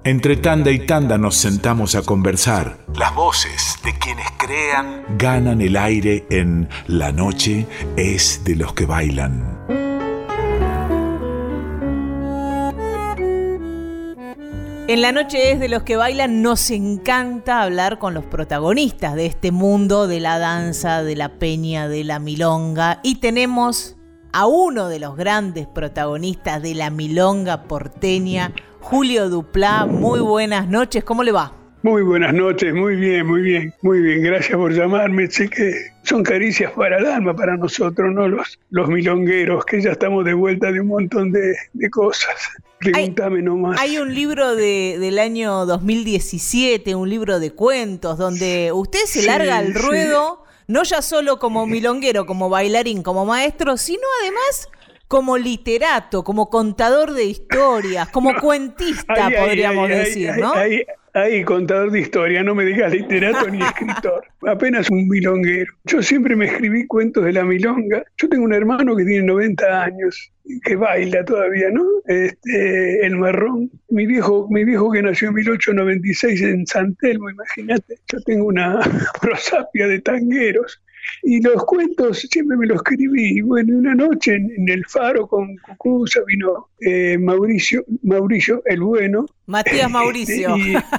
Entre tanda y tanda nos sentamos a conversar. Las voces de quienes crean ganan el aire en La noche es de los que bailan. En La noche es de los que bailan nos encanta hablar con los protagonistas de este mundo de la danza, de la peña, de la milonga. Y tenemos a uno de los grandes protagonistas de la milonga porteña, Julio Duplá. Muy buenas noches, ¿cómo le va? Muy buenas noches, muy bien, gracias por llamarme. Sé que son caricias para el alma para nosotros, ¿no? Los milongueros, que ya estamos de vuelta de un montón de cosas. Pregúntame nomás. Hay un libro del año 2017, un libro de cuentos, donde usted se larga al ruedo, no ya solo como milonguero, como bailarín, como maestro, sino además como literato, como contador de historias, como cuentista, podríamos decir, ¿no? Ahí, contador de historia, no me digas literato ni escritor, apenas un milonguero. Yo siempre me escribí cuentos de la milonga. Yo tengo un hermano que tiene 90 años, que baila todavía, ¿no? El marrón. Mi viejo que nació en 1896 en San Telmo, imagínate. Yo tengo una prosapia de tangueros. Y los cuentos siempre me los escribí. Bueno, una noche en el Faro con Cucuza vino Mauricio, el bueno. Matías Mauricio.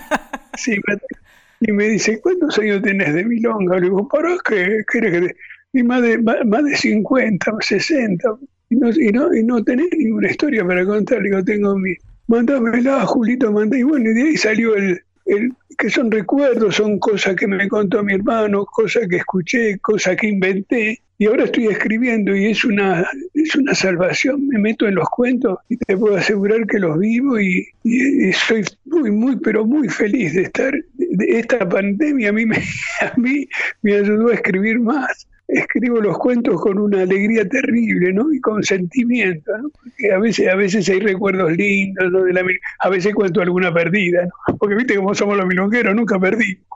Y me dice, ¿cuántos años tenés de milonga? Le digo, ¿para qué? ¿Querés que te...? Y más de 50, 60. Y no tenés ninguna historia para contar. Le digo, tengo mi... Mándamela, Julito, manda. Y bueno, y de ahí salió el que son recuerdos, son cosas que me contó mi hermano, cosas que escuché, cosas que inventé, y ahora estoy escribiendo y es una salvación. Me meto en los cuentos y te puedo asegurar que los vivo y soy pero muy feliz de estar. Esta pandemia a mí me ayudó a escribir más. Escribo los cuentos con una alegría terrible, ¿no? Y con sentimiento, ¿no? Porque a veces hay recuerdos lindos, ¿no? A veces cuento alguna perdida, ¿no? Porque viste cómo somos los milongueros, nunca perdimos.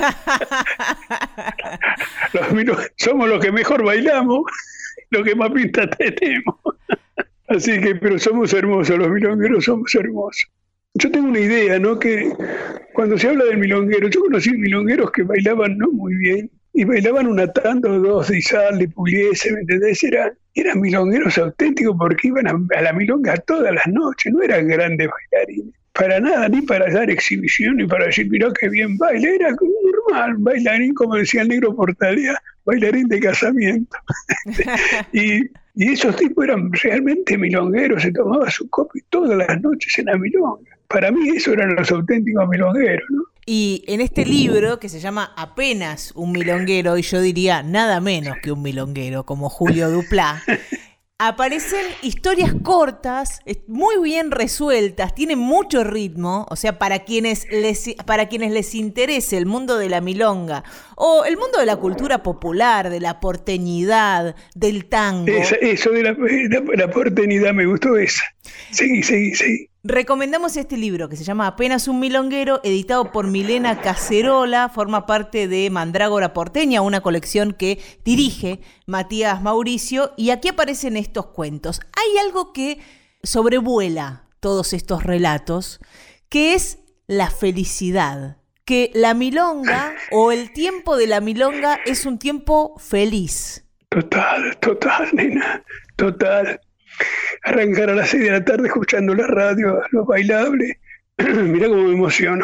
Somos los que mejor bailamos, los que más pinta tenemos. Así que, pero somos hermosos, los milongueros somos hermosos. Yo tengo una idea, ¿no? Que cuando se habla del milonguero, yo conocí milongueros que bailaban no muy bien, y bailaban una tanda o dos de Izal, de Pugliese, ¿me entendés? Eran milongueros auténticos porque iban a la milonga todas las noches, no eran grandes bailarines, para nada, ni para dar exhibición, ni para decir, mirá qué bien baila, era normal, bailarín, como decía el negro Portalea, bailarín de casamiento. y esos tipos eran realmente milongueros, se tomaba su copa y todas las noches en la milonga. Para mí eso eran los auténticos milongueros, ¿no? Y en este libro, que se llama Apenas un milonguero, y yo diría nada menos que un milonguero, como Julio Duplá, aparecen historias cortas, muy bien resueltas, tienen mucho ritmo, o sea, para quienes les interese el mundo de la milonga, o el mundo de la cultura popular, de la porteñidad, del tango. Eso de la porteñidad me gustó esa. Seguí. Recomendamos este libro que se llama Apenas un milonguero, editado por Milena Cacerola, forma parte de Mandrágora Porteña, una colección que dirige Matías Mauricio, y aquí aparecen estos cuentos. Hay algo que sobrevuela todos estos relatos, que es la felicidad, que la milonga o el tiempo de la milonga es un tiempo feliz. Total, nena, total. Arrancar a las 6 de la tarde escuchando la radio, los bailables. Mirá cómo me emociono.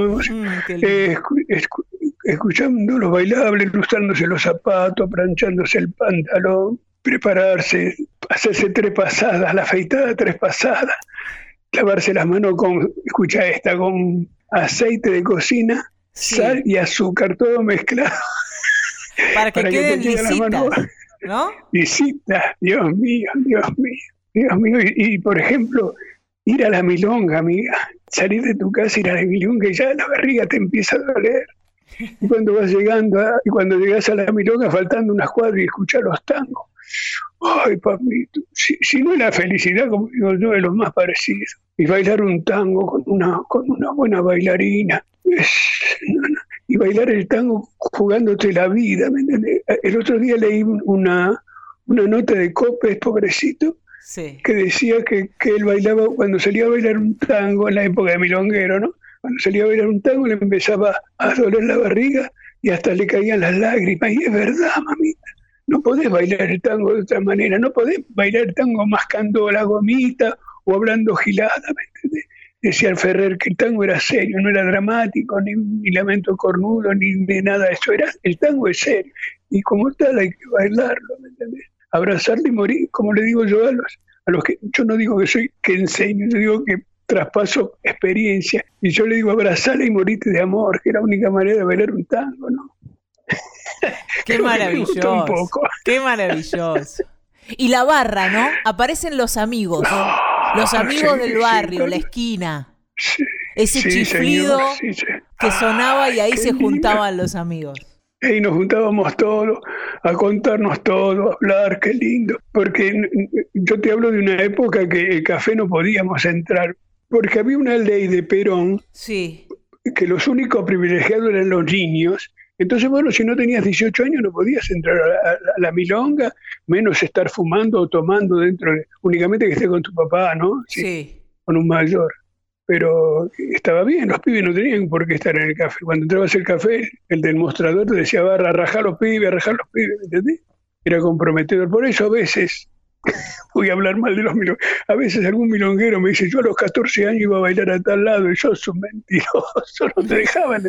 Escuchando los bailables, lustrándose los zapatos, planchándose el pantalón, prepararse, hacerse 3 pasadas, la afeitada 3 pasadas, lavarse las manos con aceite de cocina, sal y azúcar, todo mezclado. Para que queden lisitas, ¿no? Lisitas, Dios mío. Y por ejemplo, ir a la milonga, amiga, salir de tu casa, ir a la milonga y ya la barriga te empieza a doler. Y cuando vas llegando, y cuando llegas a la milonga, faltando unas cuadras y escuchar los tangos. Ay, papito, si no es la felicidad, como digo yo, es lo más parecido. Y bailar un tango con una buena bailarina. Y bailar el tango jugándote la vida, ¿me entiendes? El otro día leí una nota de Copes, pobrecito, Sí. que decía que él bailaba, cuando salía a bailar un tango, en la época de milonguero, ¿no? Cuando salía a bailar un tango le empezaba a doler la barriga y hasta le caían las lágrimas. Y es verdad, mamita, no podés bailar el tango de otra manera, no podés bailar el tango mascando la gomita o hablando gilada, ¿me entendés? Decía el Ferrer que el tango era serio, no era dramático, ni lamento cornudo, ni nada de eso. El tango es serio, y como tal hay que bailarlo, ¿me entendés? Abrazarlo y morir, como le digo yo a los que, yo no digo que enseño, yo digo que traspaso experiencia, y yo le digo abrazarla y morirte de amor, que es la única manera de bailar un tango, ¿no? Qué maravilloso, qué maravilloso. Y la barra, ¿no? Aparecen los amigos. Los amigos del barrio, la esquina. Sí, ese chiflido que sonaba y ahí se juntaban los amigos. Y nos juntábamos todos a contarnos todo, a hablar, qué lindo. Porque yo te hablo de una época que el café no podíamos entrar, porque había una ley de Perón que los únicos privilegiados eran los niños. Entonces, bueno, si no tenías 18 años no podías entrar a la milonga, menos estar fumando o tomando únicamente que esté con tu papá, ¿no? Sí. Con un mayor. Pero estaba bien, los pibes no tenían por qué estar en el café. Cuando entrabas al café, el del mostrador te decía, a rajar los pibes, ¿me entendés? Era comprometedor. Por eso a veces, voy a hablar mal de los milongueros, a veces algún milonguero me dice, yo a los 14 años iba a bailar a tal lado, y yo soy mentiroso, no te dejaban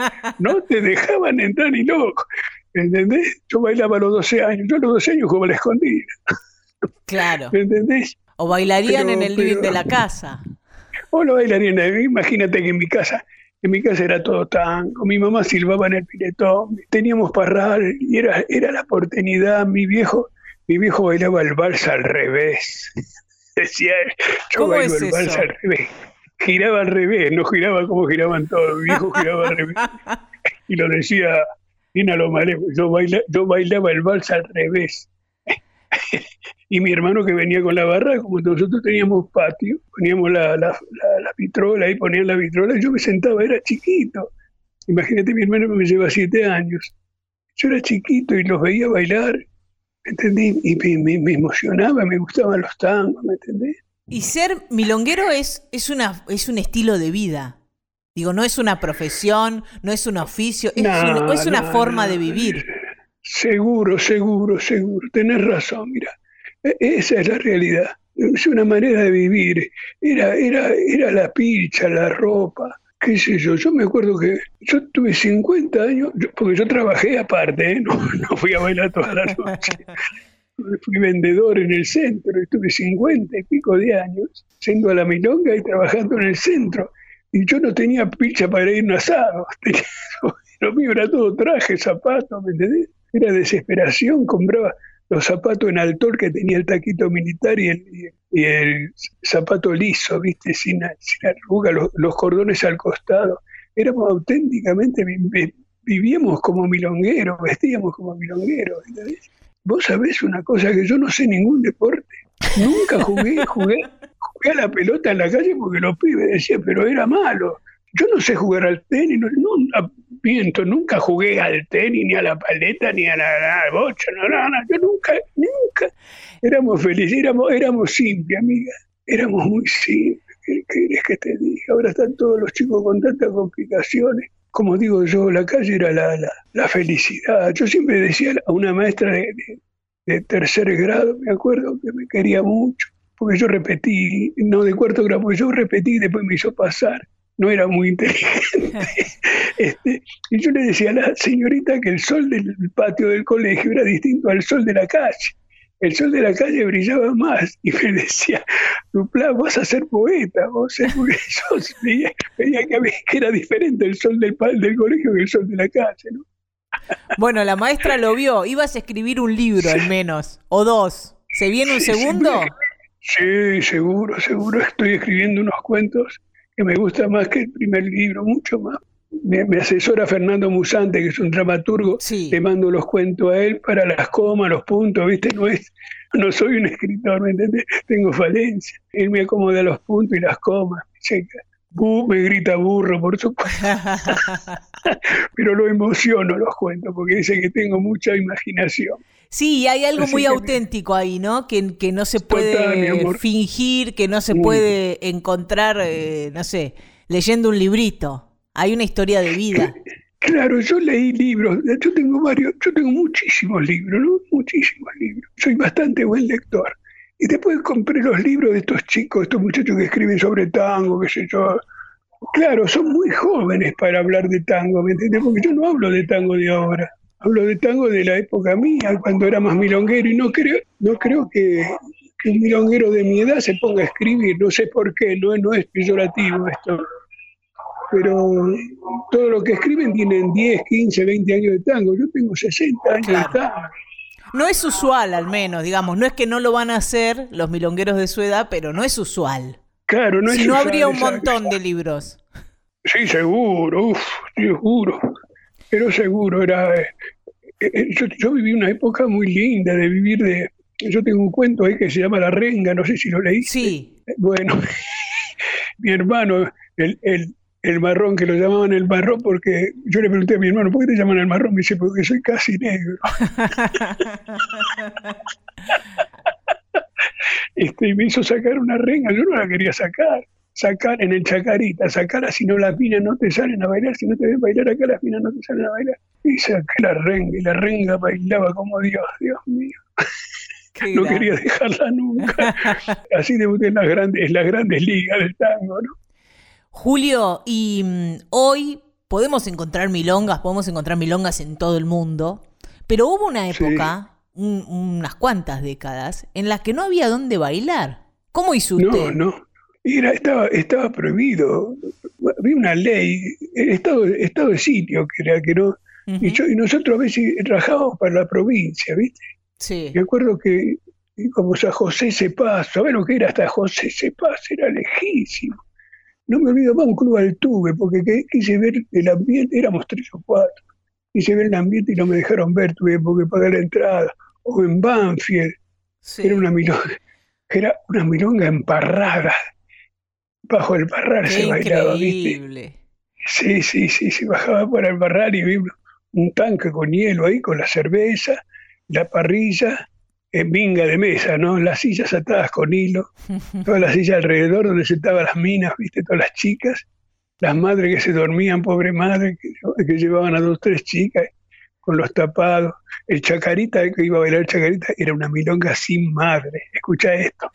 entrar ni loco, ¿entendés? Yo bailaba a los 12 años, yo a los 12 años jugaba a la escondida. Claro. ¿Me entendés? O bailarían en el living de la casa. O lo bailarían, imagínate que en mi casa era todo tango, mi mamá silbaba en el piletón, teníamos parral, y era la oportunidad. Mi viejo bailaba el vals al revés. Decía él, yo bailo el vals al revés. Giraba al revés, no giraba como giraban todos, mi viejo giraba al revés. Y lo decía bien a lo malevo, yo bailaba el vals al revés. Y mi hermano que venía con la barra, como nosotros teníamos patio, poníamos la vitrola, ahí ponían la vitrola, yo me sentaba, era chiquito. Imagínate, mi hermano me lleva 7 años. Yo era chiquito y los veía bailar, ¿me entendí? Y me emocionaba, me gustaban los tangos, ¿me entendés? Y ser milonguero es un estilo de vida. Digo, no es una profesión, no es un oficio, es una forma de vivir. Seguro. Tenés razón, mira. Esa es la realidad. Es una manera de vivir. Era la pilcha, la ropa, qué sé yo. Yo me acuerdo que yo tuve 50 años, porque yo trabajé aparte, no fui a bailar toda la noche. Fui vendedor en el centro, estuve 50 y pico de años yendo a la milonga y trabajando en el centro. Y yo no tenía pilcha para ir a un asado. Lo mío era todo traje, zapatos, ¿me entendés? Era desesperación, compraba los zapatos en altor que tenía el taquito militar y el zapato liso, ¿viste? Sin arruga, los cordones al costado. Éramos auténticamente, vivíamos como milongueros, vestíamos como milongueros, ¿entendés? Vos sabés una cosa, que yo no sé ningún deporte. Nunca jugué a la pelota en la calle porque los pibes decían, pero era malo. Yo no sé jugar al tenis, nunca jugué al tenis, ni a la paleta, ni a la bocha, no, yo nunca. Éramos felices, éramos simples, amiga, éramos muy simples, ¿qué querés que te diga? Ahora están todos los chicos con tantas complicaciones. Como digo yo, la calle era la felicidad. Yo siempre decía a una maestra de tercer grado, me acuerdo, que me quería mucho, porque yo repetí, no de cuarto grado, porque yo repetí y después me hizo pasar. No era muy inteligente. Y yo le decía a la señorita que el sol del patio del colegio era distinto al sol de la calle. El sol de la calle brillaba más. Y me decía, Duplá, vas a ser poeta. Yo veía que era diferente el sol del colegio que el sol de la calle, ¿no? Bueno, la maestra lo vio. Ibas a escribir un libro al menos, o 2. ¿Se viene un segundo? Sí, seguro. Estoy escribiendo unos cuentos que me gusta más que el primer libro, mucho más. Me asesora Fernando Musante, que es un dramaturgo, le mando los cuentos a él para las comas, los puntos, ¿viste? No soy un escritor, ¿me entendés? Tengo falencia. Él me acomoda los puntos y las comas, me checa. Me grita burro, por supuesto. Pero lo emociono los cuentos, porque dice que tengo mucha imaginación. Sí, hay algo Así muy que- auténtico ahí, ¿no? Que no se Total, mi puede amor. fingir, que no se puede encontrar, no sé, leyendo un librito. Hay una historia de vida. Claro, yo leí libros, yo tengo muchísimos libros, ¿no? Muchísimos libros. Soy bastante buen lector. Y después compré los libros de estos chicos, estos muchachos que escriben sobre tango, qué sé yo. Claro, son muy jóvenes para hablar de tango, ¿me entiendes? Porque yo no hablo de tango de ahora. Hablo de tango de la época mía, cuando era más milonguero, y no creo que un milonguero de mi edad se ponga a escribir, no sé por qué, no es peyorativo esto, pero todo lo que escriben tienen 10, 15, 20 años de tango. Yo tengo 60 años Claro. de tango. No es usual, al menos, digamos. No es que no lo van a hacer los milongueros de su edad, pero no es usual. Claro, no es Si no, usual, habría un exacto. montón de libros. Sí, seguro, seguro. Pero seguro, yo viví una época muy linda de vivir de... Yo tengo un cuento ahí que se llama La Renga, no sé si lo leíste. Sí. Bueno, mi hermano, el marrón, que lo llamaban el marrón, porque yo le pregunté a mi hermano, ¿por qué te llaman el marrón? Me dice, porque soy casi negro. Y me hizo sacar una renga, yo no la quería sacar en el Chacarita, sacar así no las minas no te salen a bailar, si no te ven bailar acá las minas no te salen a bailar. Y saqué la renga, y la renga bailaba como Dios mío, Qué no grande. quería dejarla nunca. Así debuté en las grandes ligas del tango, ¿no? Julio, y hoy podemos encontrar milongas en todo el mundo, pero hubo una época, unas cuantas décadas, en las que no había dónde bailar. ¿Cómo hizo usted? No. Estaba prohibido. Había una ley, estado de sitio que era que no. Ujú. Y nosotros a veces rajábamos para la provincia, ¿viste? Sí. Me acuerdo que como San José Cepaz, ¿sabés lo que era hasta José Cepaz? Era lejísimo. No me olvido más un club Altuve, porque quise ver el ambiente, éramos 3 o 4. Quise ver el ambiente y no me dejaron ver, tuve que pagar la entrada. O en Banfield, Sí. era una milonga emparrada. Bajo el parral Qué se bailaba, ¿viste? increíble. Sí, bajaba para el parral y vi un tanque con hielo ahí, con la cerveza, la parrilla, en minga de mesa, ¿no? Las sillas atadas con hilo, todas las sillas alrededor donde sentaban las minas, ¿viste? Todas las chicas, las madres que se dormían, pobre madre, que llevaban a 2, 3 chicas con los tapados. El Chacarita, que iba a bailar Chacarita, era una milonga sin madre. Escucha esto.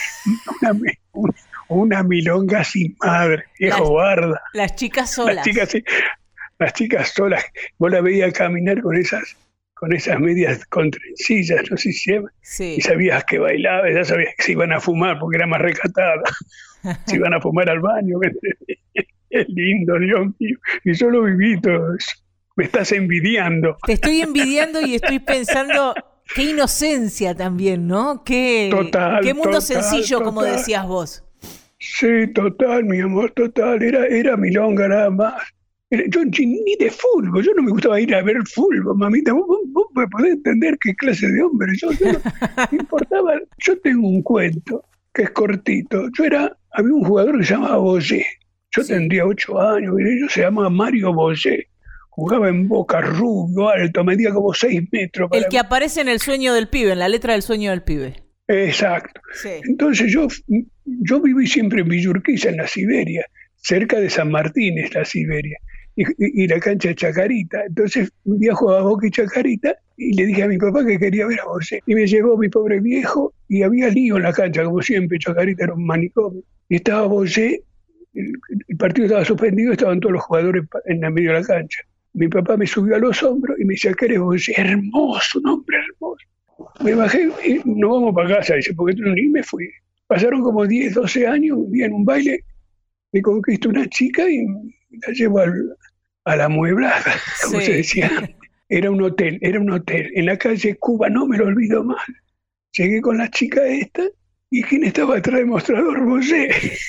Una milonga sin madre, viejo guarda. Las chicas solas. Las chicas solas. Vos la veías caminar con esas medias con trencillas, no sé si se llama. Sí. Y sabías que bailaba, ya sabías que se iban a fumar porque era más recatada. Se iban a fumar al baño. Es lindo, Dios mío. Y yo lo viví todo eso. Me estás envidiando. Te estoy envidiando y estoy pensando qué inocencia también, ¿no? Qué mundo sencillo, como decías vos. Sí, total, mi amor, total. Era milonga nada más. Yo ni de fútbol, yo no me gustaba ir a ver fútbol, mamita. Vos podés entender qué clase de hombre. Yo no me importaba. Yo tengo un cuento que es cortito. Había un jugador que se llamaba Boyé. Yo tendría 8 años, y se llamaba Mario Boyé. Jugaba en Boca, rubio, alto, medía como 6 metros. El que aparece en El sueño del pibe, en la letra del sueño del pibe. Exacto. Sí. Entonces yo viví siempre en Villurquiza, en la Siberia, cerca de San Martín es la Siberia, y la cancha de Chacarita. Entonces un día jugaba Boca y Chacarita, y le dije a mi papá que quería ver a José. Y me llevó mi pobre viejo, y había lío en la cancha, como siempre. Chacarita era un manicomio. Y estaba José, el partido estaba suspendido, estaban todos los jugadores en el medio de la cancha. Mi papá me subió a los hombros y me decía, ¿qué eres José? Hermoso, un hombre hermoso. Me bajé y nos vamos para casa, dice, porque y me fui. Pasaron como 10, 12 años, un día en un baile me conquistó una chica y la llevo a la amueblada, como se decía. Era un hotel, en la calle Cuba, no me lo olvido más. Llegué con la chica esta, y ¿quién estaba atrás del mostrador? José.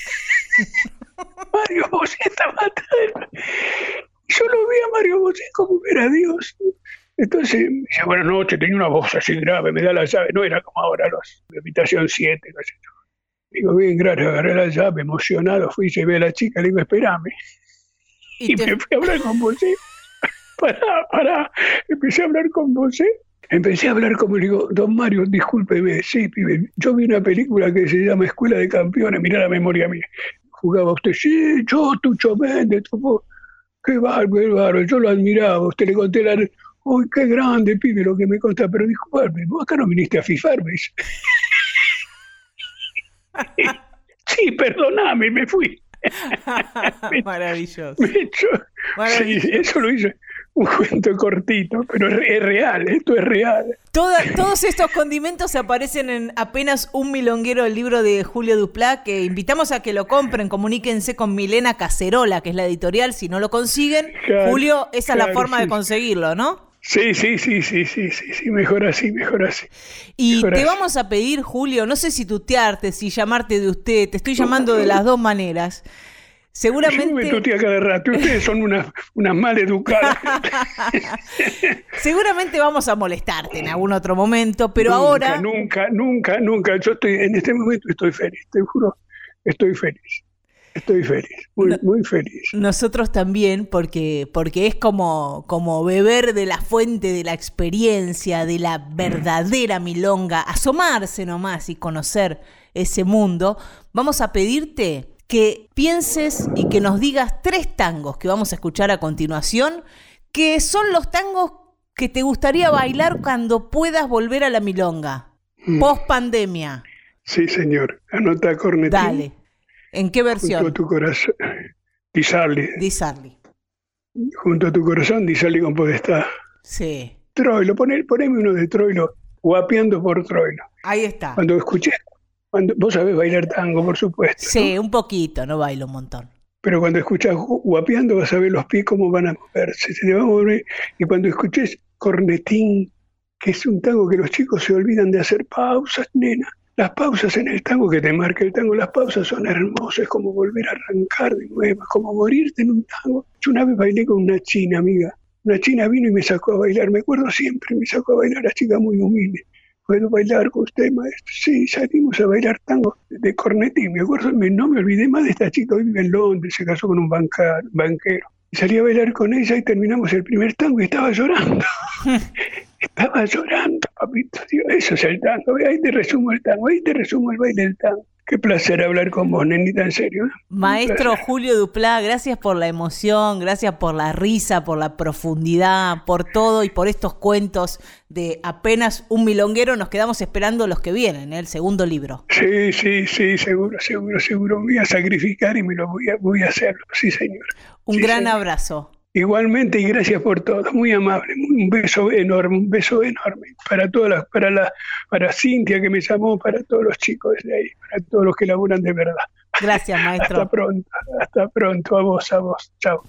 Mario José estaba atrás. Yo lo vi a Mario José como ver a Dios. Entonces, me decía, buenas noches, tenía una voz así grave, me da la llave, no era como ahora de habitación 7, no sé yo. Digo, bien, gracias, agarré la llave, emocionado, fui y llevé a la chica, le digo, espérame. Y me fui a hablar con José. Pará, empecé a hablar con José, Empecé a hablar como le digo, don Mario, discúlpeme, sí, pibe, yo vi una película que se llama Escuela de Campeones, mirá la memoria mía. Jugaba usted, sí, yo, Tucho Méndez, qué bárbaro, yo lo admiraba, usted le conté uy, qué grande, pibe, lo que me contaba, pero disculpe, vos acá no viniste a fifarme. Sí, perdóname, me fui. Maravilloso. Sí, eso lo hice. Un cuento cortito, pero es real, esto es real. Todos estos condimentos aparecen en Apenas un milonguero, el libro de Julio Duplá, que invitamos a que lo compren, comuníquense con Milena Cacerola, que es la editorial, si no lo consiguen. Claro, Julio, esa es la forma de conseguirlo, ¿no? Sí, mejor así. Y mejor te así. Vamos a pedir, Julio, no sé si tutearte, si llamarte de usted, te estoy llamando de las dos maneras. Seguramente. Yo me tutea cada rato, ustedes son unas maleducadas. Seguramente vamos a molestarte en algún otro momento, pero ahora. Nunca. Yo en este momento estoy feliz, te juro, estoy feliz. Muy feliz. Nosotros también, porque es como beber de la fuente de la experiencia, de la verdadera milonga, asomarse nomás y conocer ese mundo. Vamos a pedirte que pienses y que nos digas 3 tangos que vamos a escuchar a continuación, que son los tangos que te gustaría bailar cuando puedas volver a la milonga, post pandemia. Sí, señor. Anota, cornetín. Dale. ¿En qué versión? Junto a tu corazón, Di Sarli. Junto a tu corazón, Di Sarli con Podestá. Sí. Troilo, poneme uno de Troilo, Guapeando por Troilo. Ahí está. Vos sabés bailar tango, por supuesto. Sí, ¿no? Un poquito, no bailo un montón. Pero cuando escuchás Guapeando vas a ver los pies cómo van a moverse, se te va a mover. Y cuando escuches Cornetín, que es un tango que los chicos se olvidan de hacer pausas, nena. Las pausas en el tango que te marca el tango, las pausas son hermosas, es como volver a arrancar de nuevo, es como morirte en un tango. Yo una vez bailé con una china, amiga. Una china vino y me sacó a bailar, me acuerdo siempre, me sacó a bailar, la chica muy humilde. ¿Puedo bailar con usted, maestro? Sí, salimos a bailar tango de Cornetín. Me acuerdo, no me olvidé más de esta chica, hoy vive en Londres, se casó con un banquero. Y salí a bailar con ella y terminamos el primer tango y estaba llorando. Estaba llorando, papito. Digo, eso es el tango. Ahí te resumo el tango, ahí te resumo el baile del tango. Qué placer hablar con vos, nenita, en serio. Maestro Julio Duplá, gracias por la emoción, gracias por la risa, por la profundidad, por todo y por estos cuentos de Apenas un milonguero. Nos quedamos esperando los que vienen, el segundo libro. Sí, seguro. Me voy a sacrificar y voy a hacerlo. Sí, señor. Un gran abrazo. Igualmente, y gracias por todo, muy amable, un beso enorme para Cintia que me llamó, para todos los chicos de ahí, para todos los que laburan de verdad. Gracias, maestro. Hasta pronto, a vos, chao.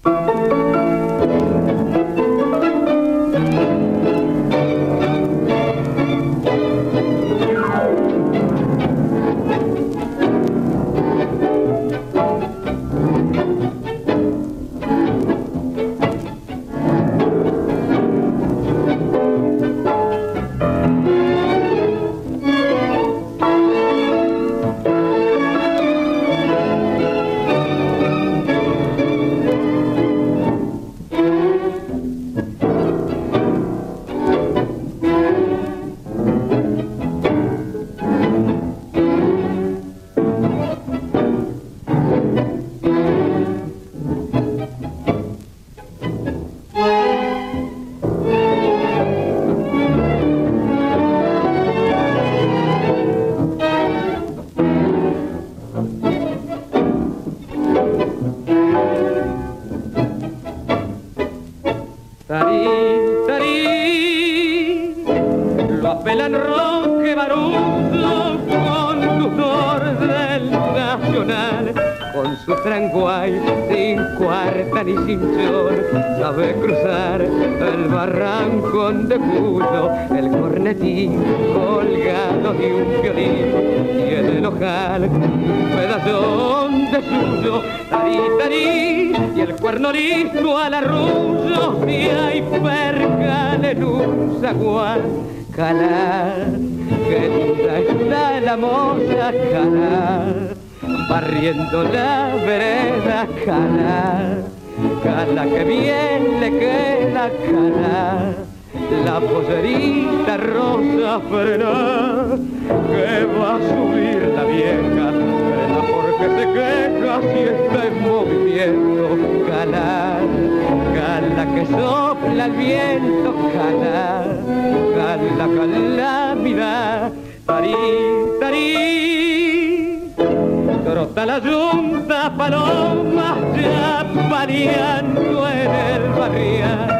Sabe cruzar el barranco de Cuyo, el cornetín colgado de un violín y en el ojal un pedazón de suyo, tarí, y el cuerno listo al arrullo, y hay percal en un zaguán, calar, que linda está la moza, calar, barriendo la vereda, calar. Cala que bien le queda, cala, la poserita rosa frena, que va a subir la vieja, frena porque se queja si está en movimiento. Cala, cala que sopla el viento, cala, cala, cala, mira, tarí, tarí. Trota la yunta paloma ya pareando en el barrial.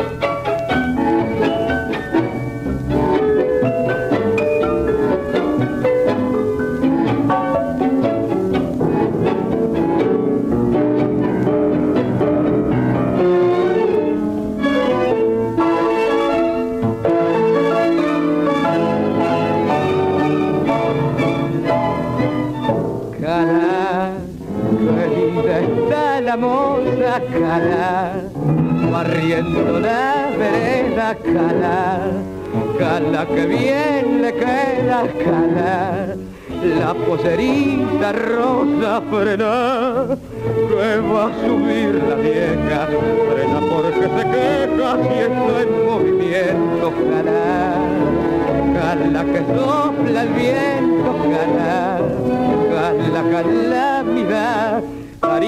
La moza, cala, barriendo la vereda, cala, cala que bien le queda, cala, la poserita rosa frena, que va a subir la vieja, frena porque se queja si está en movimiento, cala, cala que sopla el viento, cala, cala, cala, mira. Tarí,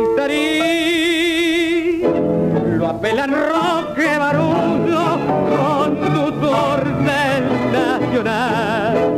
tarí, lo apelan Roque Barullo, conductor del Nacional.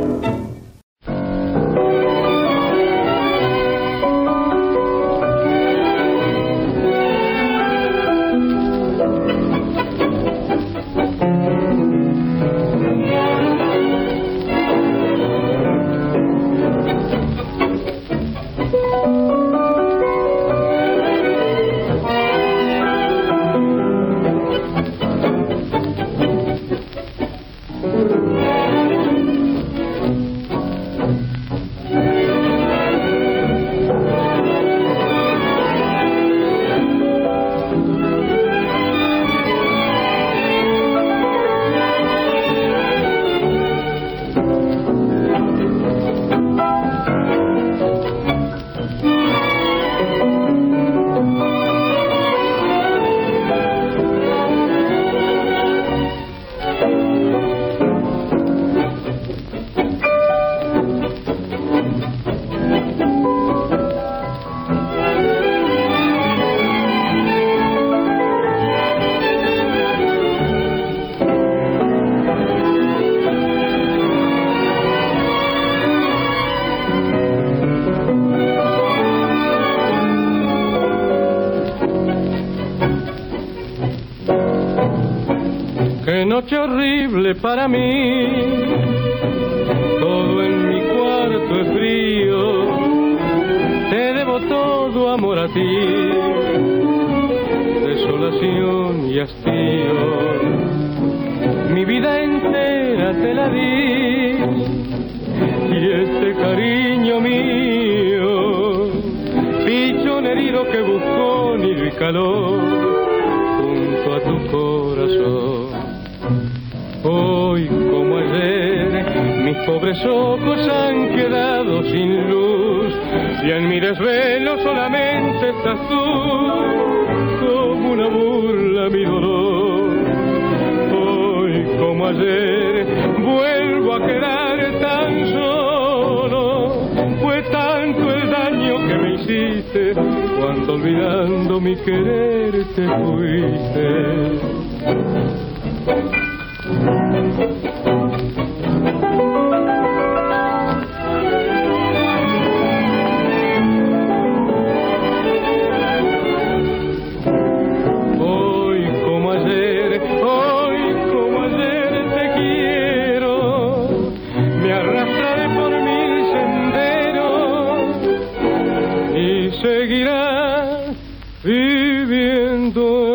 Noche horrible para mí, todo en mi cuarto es frío, te debo todo amor a ti, desolación y hastío, mi vida entera te la di, y este cariño mío, pichón herido que buscó nido y calor, junto a tu corazón. Hoy como ayer, mis pobres ojos han quedado sin luz, y en mi desvelo solamente estás tú, como una burla mi dolor. Hoy como ayer, vuelvo a quedar tan solo, fue tanto el daño que me hiciste, cuando olvidando mi querer te fuiste. Seguirá viviendo